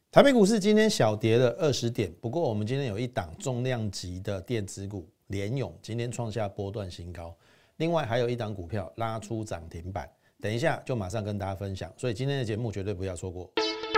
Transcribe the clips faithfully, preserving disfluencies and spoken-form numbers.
台北股市今天小跌了二十点，不过我们今天有一档重量级的电子股联咏，今天创下波段新高。另外还有一档股票拉出涨停板，等一下就马上跟大家分享，所以今天的节目绝对不要错过。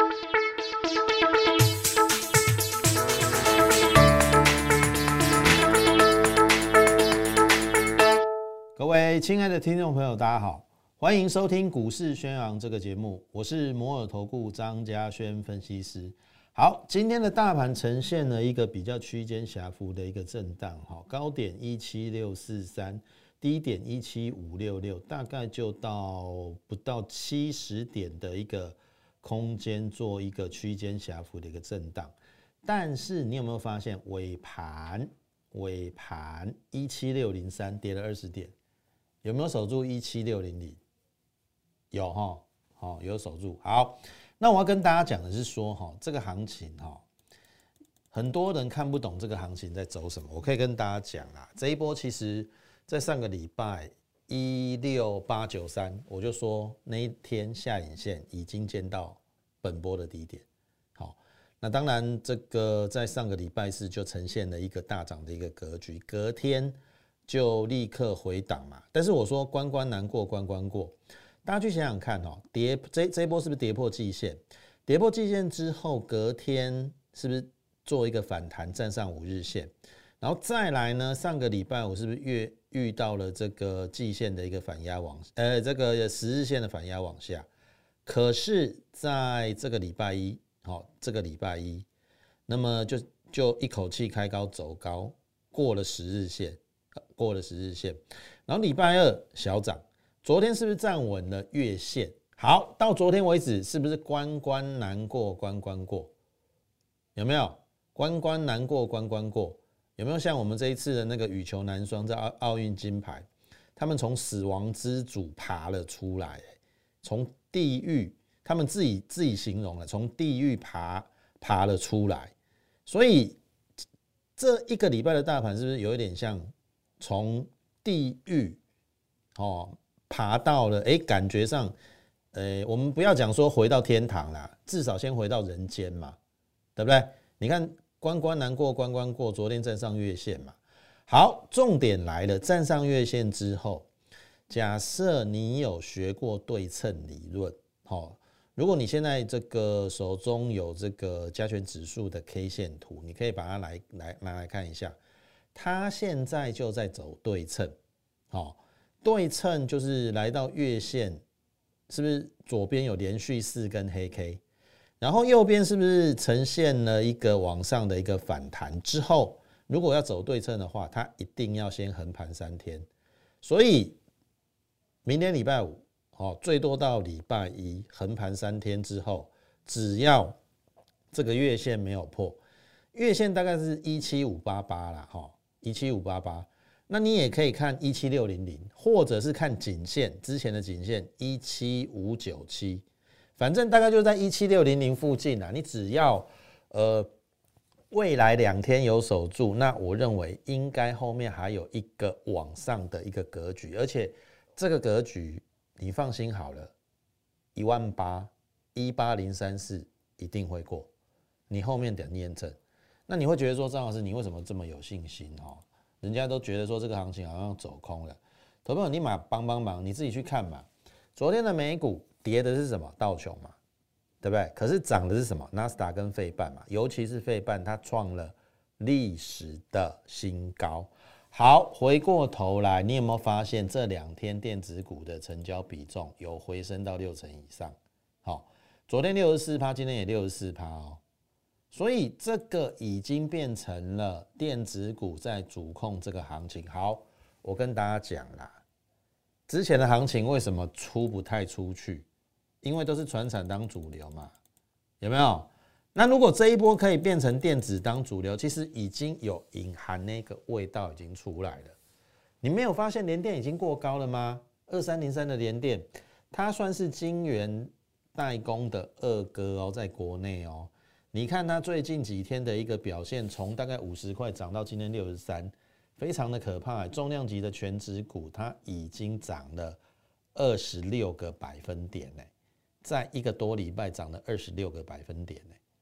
各位亲爱的听众朋友，大家好，欢迎收听股市宣扬这个节目，我是摩尔投顾张嘉轩分析师。好，今天的大盘呈现了一个比较区间狭幅的一个震荡，高点一七六四三，低点一七五六六，大概就到不到七十点的一个空间做一个区间狭幅的一个震荡。但是你有没有发现尾盘尾盘一七六零三跌了二十点？有没有守住一七六零零？有齁，好，有守住。好，那我要跟大家讲的是说，哈，这个行情哈，很多人看不懂这个行情在走什么。我可以跟大家讲啦，这一波其实在上个礼拜一六八九三，我就说那一天下影线已经见到本波的低点。好，那当然这个在上个礼拜四就呈现了一个大涨的一个格局，隔天就立刻回档嘛。但是我说关关难过关关过，大家去想想看哦，跌这这一波是不是跌破季线？跌破季线之后，隔天是不是做一个反弹，站上五日线？然后再来呢？上个礼拜我是不是遇遇到了这个季线的一个反压往，呃，这个十日线的反压往下？可是在这个礼拜一，好、哦，这个礼拜一，那么就就一口气开高走高，过了十日线。过了十日线，然后礼拜二小涨，昨天是不是站稳了月线？好，到昨天为止，是不是关关难过关关过？有没有关关难过关关过？有没有像我们这一次的那个羽球男双在奥运金牌，他们从死亡之组爬了出来，从地狱，他们自己自己形容了，从地狱爬爬了出来。所以这一个礼拜的大盘是不是有一点像？从地狱哦爬到了，哎，感觉上，呃，我们不要讲说回到天堂啦，至少先回到人间嘛，对不对？你看关关难过关关过，昨天站上月线嘛。好，重点来了，站上月线之后，假设你有学过对称理论，哦，如果你现在这个手中有这个加权指数的 K 线图，你可以把它来来拿来看一下。它现在就在走对称，哦，对称就是来到月线，是不是左边有连续四根黑 K， 然后右边是不是呈现了一个往上的一个反弹之后，如果要走对称的话，它一定要先横盘三天，所以明天礼拜五，哦，最多到礼拜一横盘三天之后，只要这个月线没有破，月线大概是一七五八八啦，哈。一七五八八，那你也可以看一七六零零，或者是看颈线之前的颈线一七五九七，反正大概就在一七六零零附近啦。你只要呃未来两天有守住，那我认为应该后面还有一个往上的一个格局，而且这个格局你放心好了，一万八一八零三四一定会过，你后面等验证。那你会觉得说，张老师，你为什么这么有信心？人家都觉得说这个行情好像走空了，投朋友，你嘛帮帮忙，你自己去看嘛。昨天的美股跌的是什么？道琼嘛，对不对？可是涨的是什么？纳斯达跟费半嘛，尤其是费半，它创了历史的新高。好，回过头来，你有没有发现这两天电子股的成交比重有回升到六成以上？好，昨天六十四趴，今天也六十四趴哦。所以这个已经变成了电子股在主控这个行情。好，我跟大家讲啦，之前的行情为什么出不太出去？因为都是传产当主流嘛，有没有？那如果这一波可以变成电子当主流，其实已经有隐含那个味道已经出来了。你没有发现联电已经过高了吗？二三零三的联电，它算是晶圆代工的二哥哦，在国内哦。你看它最近几天的一个表现，从大概五十块涨到今天六十三，非常的可怕。重量级的全指股，它已经涨了二十六个百分点呢，在一个多礼拜涨了二十六个百分点呢。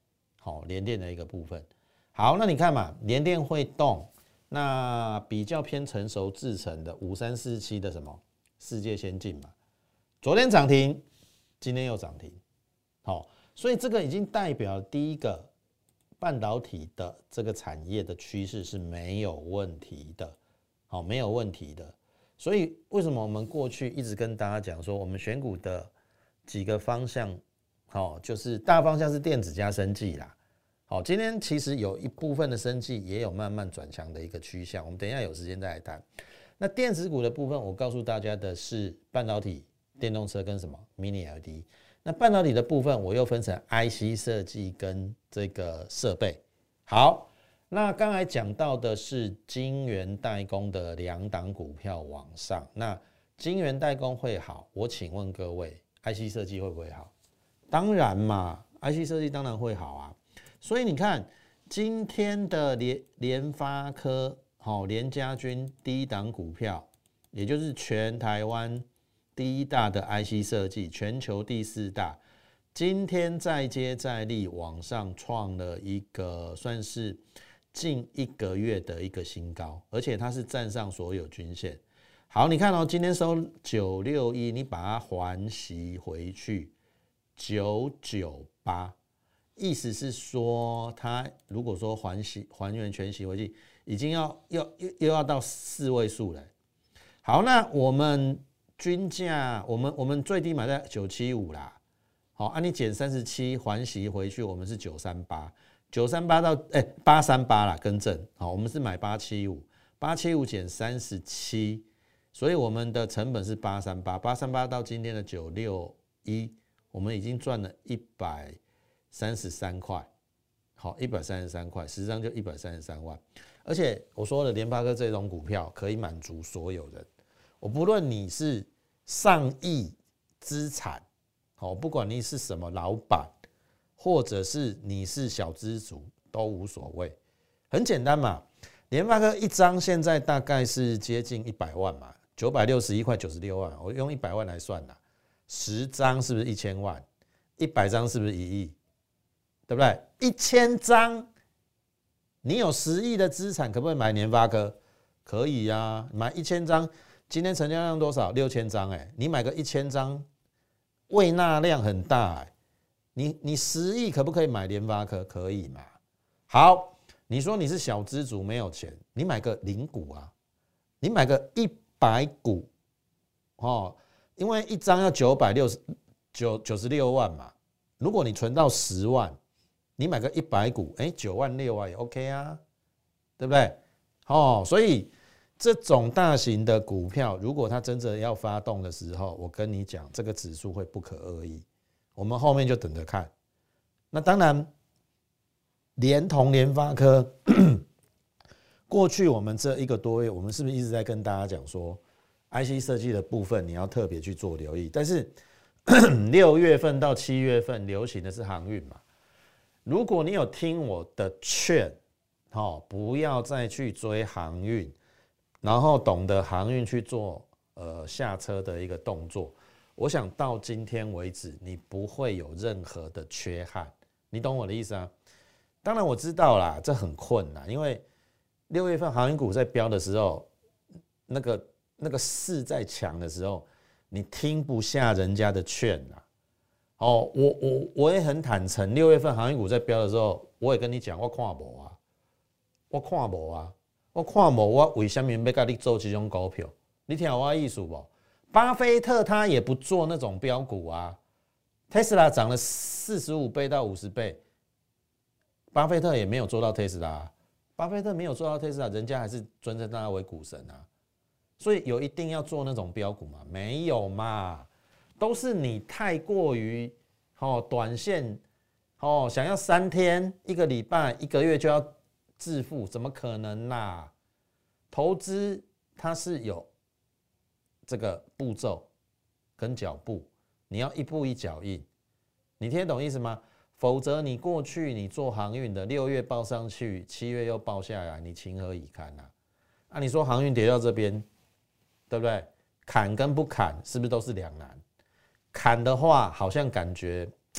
好联电的一个部分。好，那你看嘛，联电会动，那比较偏成熟制程的五三四七的什么世界先进嘛，昨天涨停，今天又涨停，好，所以这个已经代表第一个半导体的这个产业的趋势是没有问题的，好，没有问题的。所以为什么我们过去一直跟大家讲说，我们选股的几个方向，好，就是大方向是电子加生技啦。好，今天其实有一部分的生技也有慢慢转强的一个趋向，我们等一下有时间再来谈。那电子股的部分，我告诉大家的是半导体、电动车跟什么 Mini L E D。那半导体的部分，我又分成 I C 设计跟这个设备。好。那刚才讲到的是晶圆代工的两档股票往上，那晶圆代工会好，我请问各位 ，I C 设计会不会好？当然嘛 ，I C 设计当然会好啊。所以你看今天的联联发科，好联家军第一档股票，也就是全台湾第一大的 I C 设计，全球第四大，今天再接再厉往上创了一个算是近一个月的一个新高，而且它是站上所有均线。好，你看哦，今天收九六一，你把它还息回去九九八，意思是说，它如果说还息还原全息回去，已经要要又要到四位数了。好，那我们均价，我们我们最低买在九七五啦。好，按、啊、你减三十七还息回去，我们是九三八。九三八到哎八三八啦，更正好，我们是买八七五，八七五减三十七，所以我们的成本是八三八，八三八到今天的九六一，我们已经赚了一百三十三块，好，一百三十三块，实际上就一百三十三万，而且我说了，联发科这种股票可以满足所有人，我不论你是上亿资产，好，不管你是什么老板。或者是你是小资族都无所谓，很简单嘛。联发科一张现在大概是接近一百万嘛，九百六十一块九十六万，我用一百万来算啦，十张是不是一千万？一百张是不是一亿？对不对？一千张，你有十亿的资产，可不可以买联发科？可以呀、啊，买一千张，今天成交量多少？六千张，哎，你买个一千张，胃纳量很大、欸，你你十亿可不可以买联发科？可以嘛？好，你说你是小资族没有钱，你买个零股啊，你买个一百股，哦，因为一张要九百六十九九十六万嘛。如果你存到十万，你买个一百股，哎，九万六啊也 OK 啊，对不对？哦，所以这种大型的股票，如果它真正要发动的时候，我跟你讲，这个指数会不可二议。我们后面就等着看。那当然，连同联发科，过去我们这一个多月，我们是不是一直在跟大家讲说 ，I C 设计的部分你要特别去做留意？但是六月份到七月份流行的是航运嘛？如果你有听我的劝，哦，不要再去追航运，然后懂得航运去做呃下车的一个动作。我想到今天为止，你不会有任何的缺憾，你懂我的意思啊？当然我知道啦，这很困难，因为六月份航运股在飙的时候，那个那个势在强的时候，你听不下人家的劝啦。哦，我我我也很坦诚，六月份航运股在飙的时候，我也跟你讲，我看无啊，我看无啊，我看无，我为什么要跟你做这种股票？你听我的意思不？巴菲特他也不做那种标股啊 ，Tesla 涨了四十五倍到五十倍，巴菲特也没有做到 Tesla， 巴菲特没有做到 Tesla， 人家还是尊称他为股神啊。所以有一定要做那种标股吗？没有嘛，都是你太过于哦短线哦，想要三天、一个礼拜、一个月就要致富，怎么可能啦？投资它是有这个步骤跟脚步，你要一步一脚印，你听得懂意思吗？否则你过去你做航运的，六月报上去，七月又报下来，你情何以堪啊？啊，你说航运跌到这边，对不对？砍跟不砍是不是都是两难？砍的话，好像感觉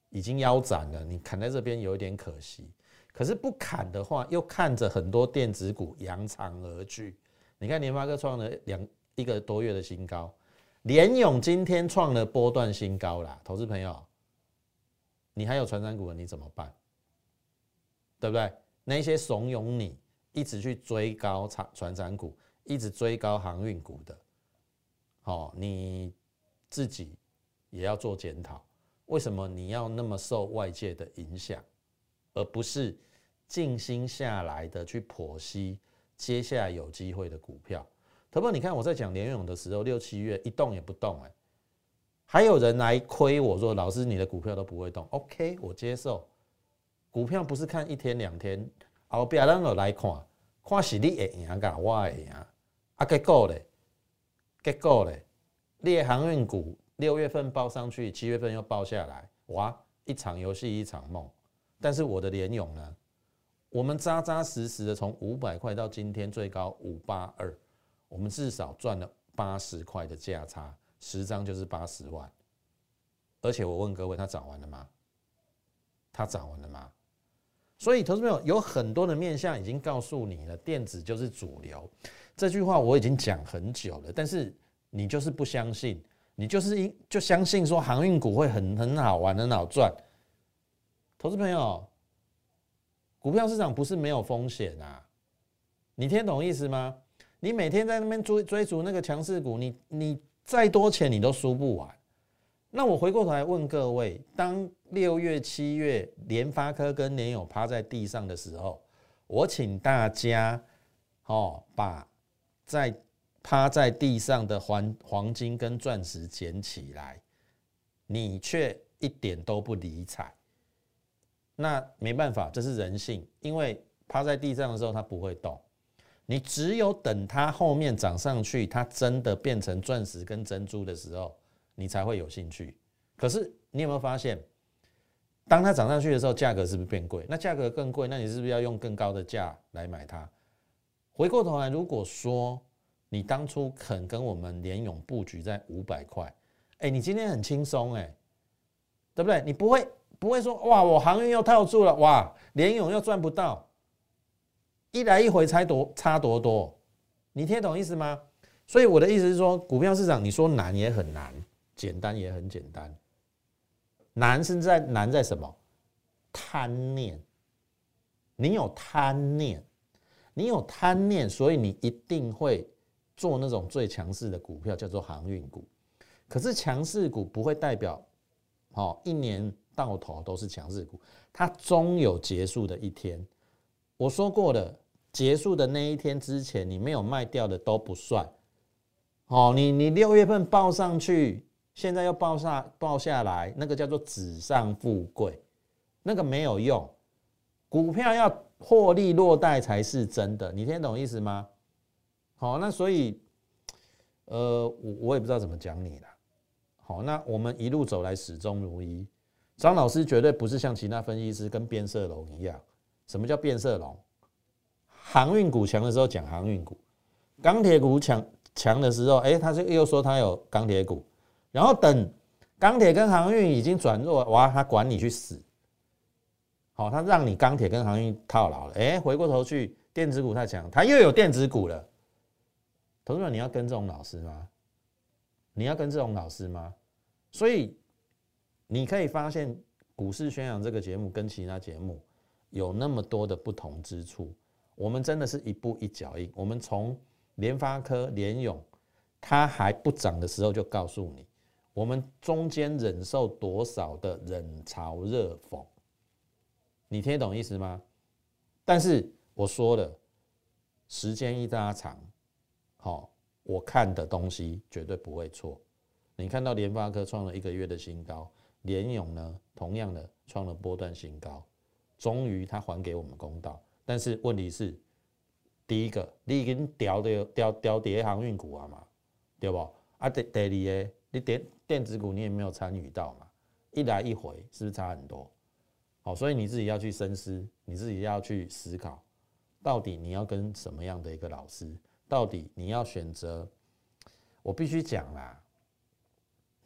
已经腰斩了，你砍在这边有一点可惜。可是不砍的话，又看着很多电子股扬长而去。你看联发科创了两一个多月的新高，联咏今天创了波段新高啦，投资朋友，你还有传产股的你怎么办？对不对？那些怂恿你一直去追高传产股，一直追高航运股的，哦，你自己也要做检讨，为什么你要那么受外界的影响，而不是静心下来的去剖析接下来有机会的股票？特别你看我在讲联咏的时候，六七月一动也不动、欸，还有人来亏我说老师你的股票都不会动 ，OK， 我接受。股票不是看一天两天，后边咱就来看，看是你会赢噶，我会赢。啊，结果咧，结果咧，你的航运股六月份报上去，七月份又报下来，哇，一场游戏一场梦。但是我的联咏呢，我们扎扎实实的从五百块到今天最高五八二，我们至少赚了八十块的价差，十张就是八十万。而且我问各位，它涨完了吗？它涨完了吗？所以，投资朋友有很多的面向已经告诉你了，电子就是主流。这句话我已经讲很久了，但是你就是不相信，你就是就相信说航运股会很很好玩、很好赚。投资朋友，股票市场不是没有风险啊，你听懂意思吗？你每天在那边追追逐那个强势股，你你再多钱你都输不完。那我回过头来问各位，当六月、七月联发科跟联咏趴在地上的时候，我请大家哦把在趴在地上的黄黄金跟钻石捡起来，你却一点都不理睬。那没办法，这是人性，因为趴在地上的时候它不会动，你只有等它后面涨上去，它真的变成钻石跟珍珠的时候，你才会有兴趣。可是你有没有发现，当它涨上去的时候，价格是不是变贵？那价格更贵，那你是不是要用更高的价来买它？回过头来，如果说你当初肯跟我们联咏布局在五百块，哎，你今天很轻松，哎，对不对？你不会不会说哇，我航运又套住了，哇，联咏又赚不到，一来一回差多差多多，你听懂意思吗？所以我的意思是说，股票市场你说难也很难，简单也很简单。难是在难在什么？贪念。你有贪念，你有贪念，所以你一定会做那种最强势的股票，叫做航运股。可是强势股不会代表，哦，一年到头都是强势股，它终有结束的一天。我说过了，结束的那一天之前，你没有卖掉的都不算。哦，你你六月份报上去，现在又报下报下来，那个叫做纸上富贵，那个没有用。股票要获利落袋才是真的，你听懂意思吗？好，那所以，呃，我我也不知道怎么讲你啦。好，那我们一路走来始终如一，张老师绝对不是像其他分析师跟变色龙一样。什么叫变色龙？航运股强的时候讲航运股，钢铁股强强的时候，哎，他就又说他有钢铁股，然后等钢铁跟航运已经转弱，哇，他管你去死。好，他让你钢铁跟航运套牢了，哎，回过头去电子股太强，他又有电子股了。投资者，你要跟这种老师吗？你要跟这种老师吗？所以你可以发现，股市宣扬这个节目跟其他节目有那么多的不同之处。我们真的是一步一脚印，我们从联发科、联咏，它还不涨的时候就告诉你，我们中间忍受多少的冷嘲热讽。你听懂意思吗？但是我说了，时间一拉长，好，我看的东西绝对不会错。你看到联发科创了一个月的新高，联咏呢，同样的创了波段新高，终于它还给我们公道。但是问题是，第一个，你已经调的调调跌航运股啊嘛，对不？啊，第第二个，你电电子股你也没有参与到嘛，一来一回是不是差很多？好，所以你自己要去深思，你自己要去思考，到底你要跟什么样的一个老师？到底你要选择？我必须讲啦，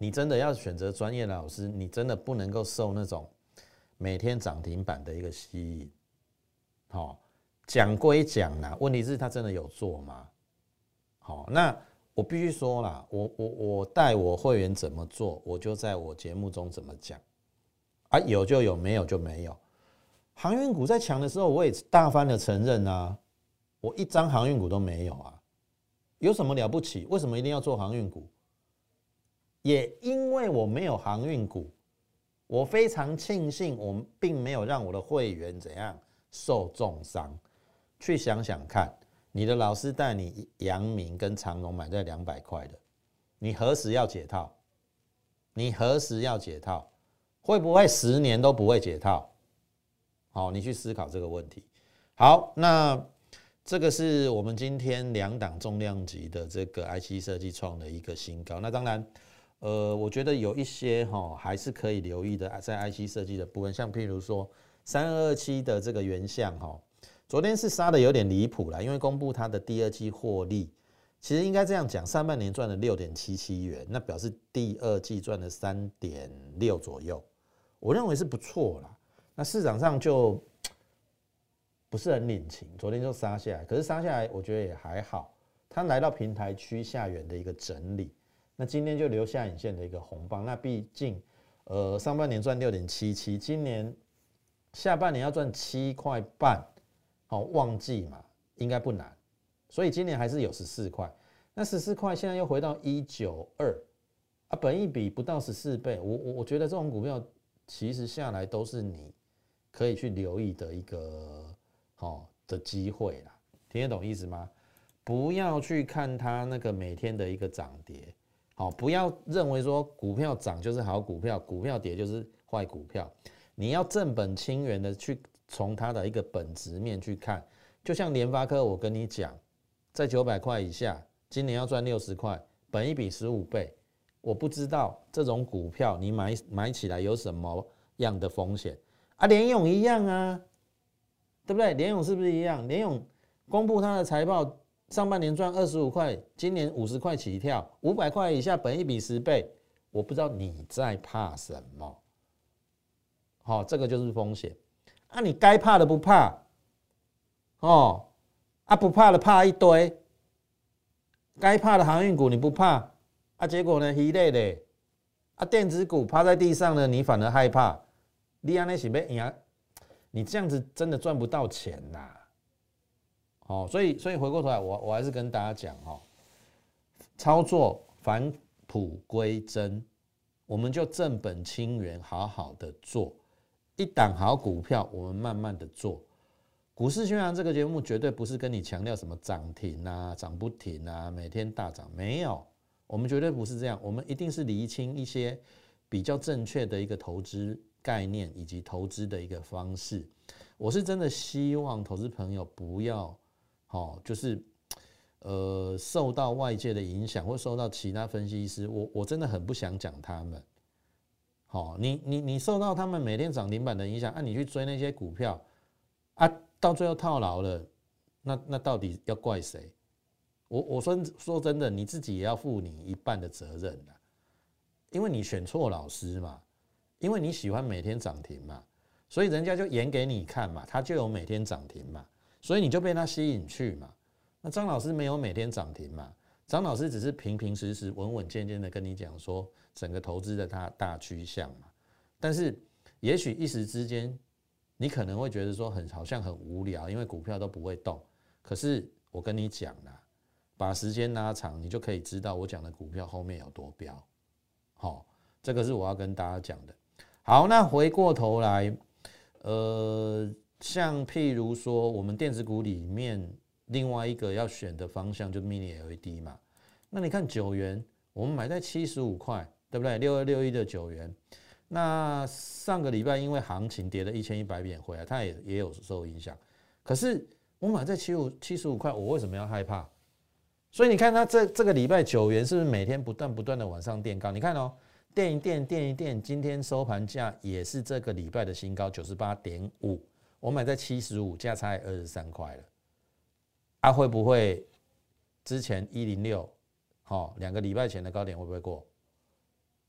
你真的要选择专业的老师，你真的不能够受那种每天涨停板的一个吸引。好，讲归讲啦，问题是他真的有做吗？好，那我必须说啦，我我我带我会员怎么做，我就在我节目中怎么讲啊，有就有，没有就没有。航运股在强的时候，我也大方的承认啊，我一张航运股都没有啊，有什么了不起？为什么一定要做航运股？也因为我没有航运股，我非常庆幸我并没有让我的会员怎样受重伤。去想想看，你的老师带你阳明跟长荣买在两百块的，你何时要解套？你何时要解套？会不会十年都不会解套？好，你去思考这个问题。好，那这个是我们今天两档重量级的这个 I C 设计创的一个新高。那当然，呃，我觉得有一些哈还是可以留意的，在 I C 设计的部分，像譬如说三二二七的这个原相哈，昨天是杀的有点离谱啦，因为公布它的第二季获利，其实应该这样讲，上半年赚了六点七七元，那表示第二季赚了三点六左右，我认为是不错啦。那市场上就不是很领情，昨天就杀下来，可是杀下来我觉得也还好，它来到平台区下缘的一个整理。那今天就留下影线的一个红棒，那毕竟，呃，上半年赚六点七七，今年下半年要赚七块半，好，旺季嘛，应该不难，所以今年还是有十四块。那十四块现在又回到一九二，啊，本益比不到十四倍，我我我觉得这种股票其实下来都是你可以去留意的一个好的机会啦，听得懂意思吗？不要去看它那个每天的一个涨跌。好，不要认为说股票涨就是好股票，股票跌就是坏股票。你要正本清源的去从它的一个本质面去看。就像联发科，我跟你讲，在九百块以下，今年要赚六十块，本益比十五倍，我不知道这种股票你买买起来有什么样的风险啊？联咏一样啊，对不对？联咏是不是一样？联咏公布它的财报。上半年赚二十五块，今年五十块起跳，五百块以下，本益比十倍，我不知道你在怕什么。好，这个就是风险。啊，你该怕的不怕，哦，啊不怕的怕一堆，该怕的航运股你不怕，啊结果呢，稀累的，啊电子股趴在地上呢，你反而害怕，你安尼是要赢，你这样子真的赚不到钱啦。哦，所以所以回过头来，我我还是跟大家讲哦，操作返璞归真，我们就正本清源，好好的做一档好股票，我们慢慢的做。股市宣扬这个节目绝对不是跟你强调什么涨停啊、涨不停啊、每天大涨，没有，我们绝对不是这样，我们一定是厘清一些比较正确的一个投资概念以及投资的一个方式。我是真的希望投资朋友不要。哦，就是呃受到外界的影响，或受到其他分析师，我我真的很不想讲他们。好，你你你受到他们每天涨停板的影响，啊，你去追那些股票，啊，到最后套牢了，那那到底要怪谁？我我说说真的，你自己也要负你一半的责任啦，因为你选错老师嘛，因为你喜欢每天涨停嘛，所以人家就演给你看嘛，他就有每天涨停嘛。所以你就被他吸引去嘛？那张老师没有每天涨停嘛？张老师只是平平实实、稳稳健健的跟你讲说整个投资的大大趋向嘛。但是也许一时之间，你可能会觉得说很好像很无聊，因为股票都不会动。可是我跟你讲啦，把时间拉长，你就可以知道我讲的股票后面有多飙。好，这个是我要跟大家讲的。好，那回过头来，呃。像譬如说，我们电子股里面另外一个要选的方向就是 Mini L E D 嘛。那你看九元，我们买在七十五块，对不对？六二六一的九元。那上个礼拜因为行情跌了一千一百点回来，它也也有受影响。可是我买在七十五块，我为什么要害怕？所以你看它这这个礼拜九元是不是每天不断不断的往上垫高？你看哦，垫一垫垫一垫，今天收盘价也是这个礼拜的新高九十八点五。我买在七十五，价差二十三块了，啊，会不会之前一零六，好，两个礼拜前的高点会不会过？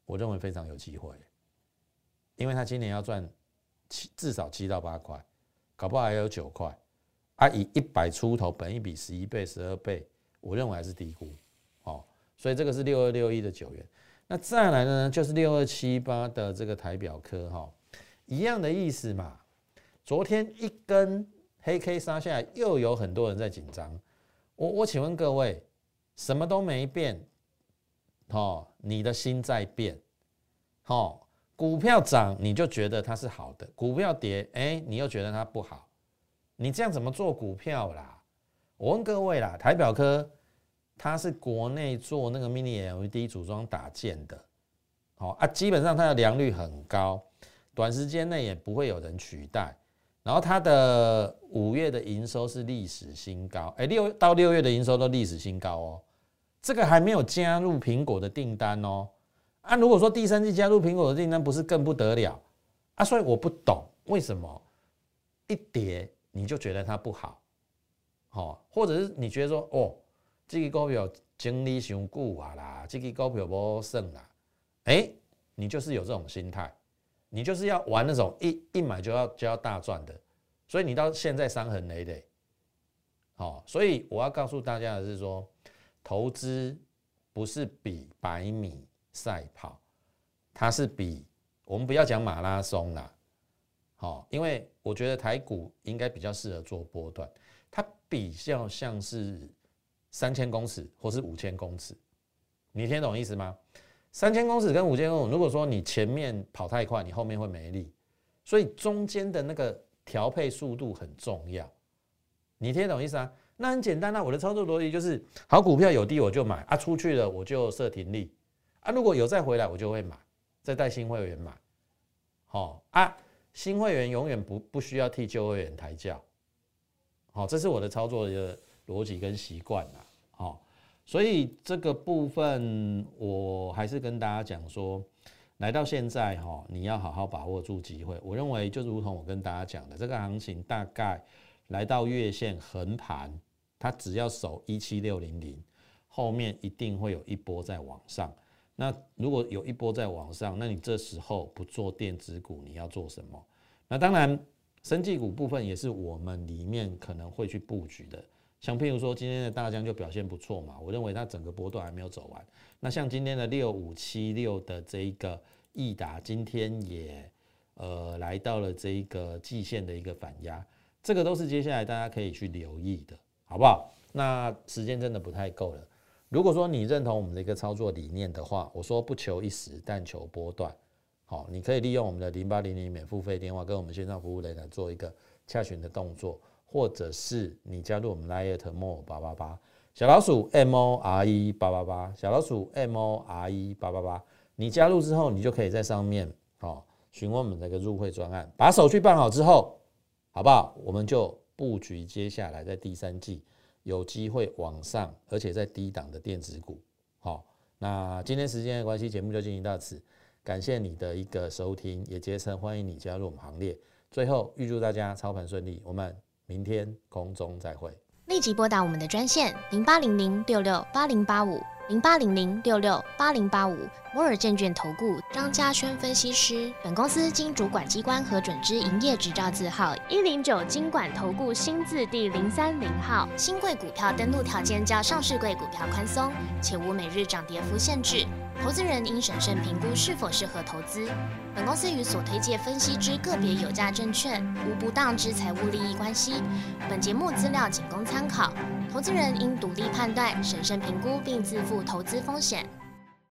我认为非常有机会，因为它今年要赚七至少七到八块，搞不好还有九块啊，以一百出头，本益比十一倍、十二倍，我认为还是低估哦。所以这个是六二六一的九元。那再来呢，就是六二七八的这个台表科哈、哦，一样的意思嘛。昨天一根黑 K 杀下来，又有很多人在紧张。我我请问各位，什么都没变，哦，你的心在变，哦，股票涨你就觉得它是好的，股票跌，哎，你又觉得它不好，你这样怎么做股票啦？我问各位啦，台表科它是国内做那个 mini L E D 组装打件的，好啊，基本上它的良率很高，短时间内也不会有人取代。然后它的五月的营收是历史新高，哎，六到六月的营收都历史新高哦。这个还没有加入苹果的订单哦。啊，如果说第三季加入苹果的订单，不是更不得了啊？所以我不懂为什么一跌你就觉得它不好，哦，或者是你觉得说哦，这个股票经历太久啊啦，这个股票不胜啦，哎，你就是有这种心态。你就是要玩那种一一买就要就要大赚的，所以你到现在伤痕累累。好，所以我要告诉大家的是说，投资不是比百米赛跑，它是比我们不要讲马拉松啦，好，因为我觉得台股应该比较适合做波段，它比较像是三千公尺或是五千公尺，你听懂意思吗？三千公尺跟五千公尺，如果说你前面跑太快，你后面会没力，所以中间的那个调配速度很重要。你听懂意思啊？那很简单啊，我的操作逻辑就是：好股票有低我就买啊，出去了我就设停利啊，如果有再回来我就会买，再带新会员买。好、哦、啊，新会员永远不不需要替旧会员抬轿。好、哦，这是我的操作的逻辑跟习惯啦。好、哦。所以这个部分，我还是跟大家讲说，来到现在哈，你要好好把握住机会。我认为就如同我跟大家讲的，这个行情大概来到月线横盘，它只要守一七六零零，后面一定会有一波在往上。那如果有一波在往上，那你这时候不做电子股，你要做什么？那当然，生技股部分也是我们里面可能会去布局的。像譬如说今天的大江就表现不错嘛，我认为它整个波段还没有走完。那像今天的六五七六的这一个益达，今天也呃来到了这一个季线的一个反压，这个都是接下来大家可以去留意的，好不好？那时间真的不太够了。如果说你认同我们的一个操作理念的话，我说不求一时，但求波段。好，你可以利用我们的零八零零免付费电话跟我们线上服务人来做一个洽询的动作。或者是你加入我们 Line at more 八八八小老鼠 M O R E 八八八小老鼠 M O R E 八八八，你加入之后，你就可以在上面哦询问我们的一个入会专案，把手续办好之后，好不好？我们就布局接下来在第三季有机会往上，而且在低档的电子股。好，那今天时间的关系，节目就进行到此，感谢你的一个收听，也竭诚欢迎你加入我们行列。最后预祝大家操盘顺利，我们明天空中再会。 立即拨打我们的专线零八零零六六八零八五零八零零六六八零八五摩尔证券投顾张嘉轩分析师。本公司经主管机关核准之营业执照字号一零九金管投顾新字第零三零号。新贵股票登录条件较上市柜股票宽松，且无每日涨跌幅限制。投资人应审慎评估是否适合投资。本公司与所推介分析之个别有价证券无不当之财务利益关系。本节目资料仅供参考，投资人应独立判断、审慎评估并自负投资风险。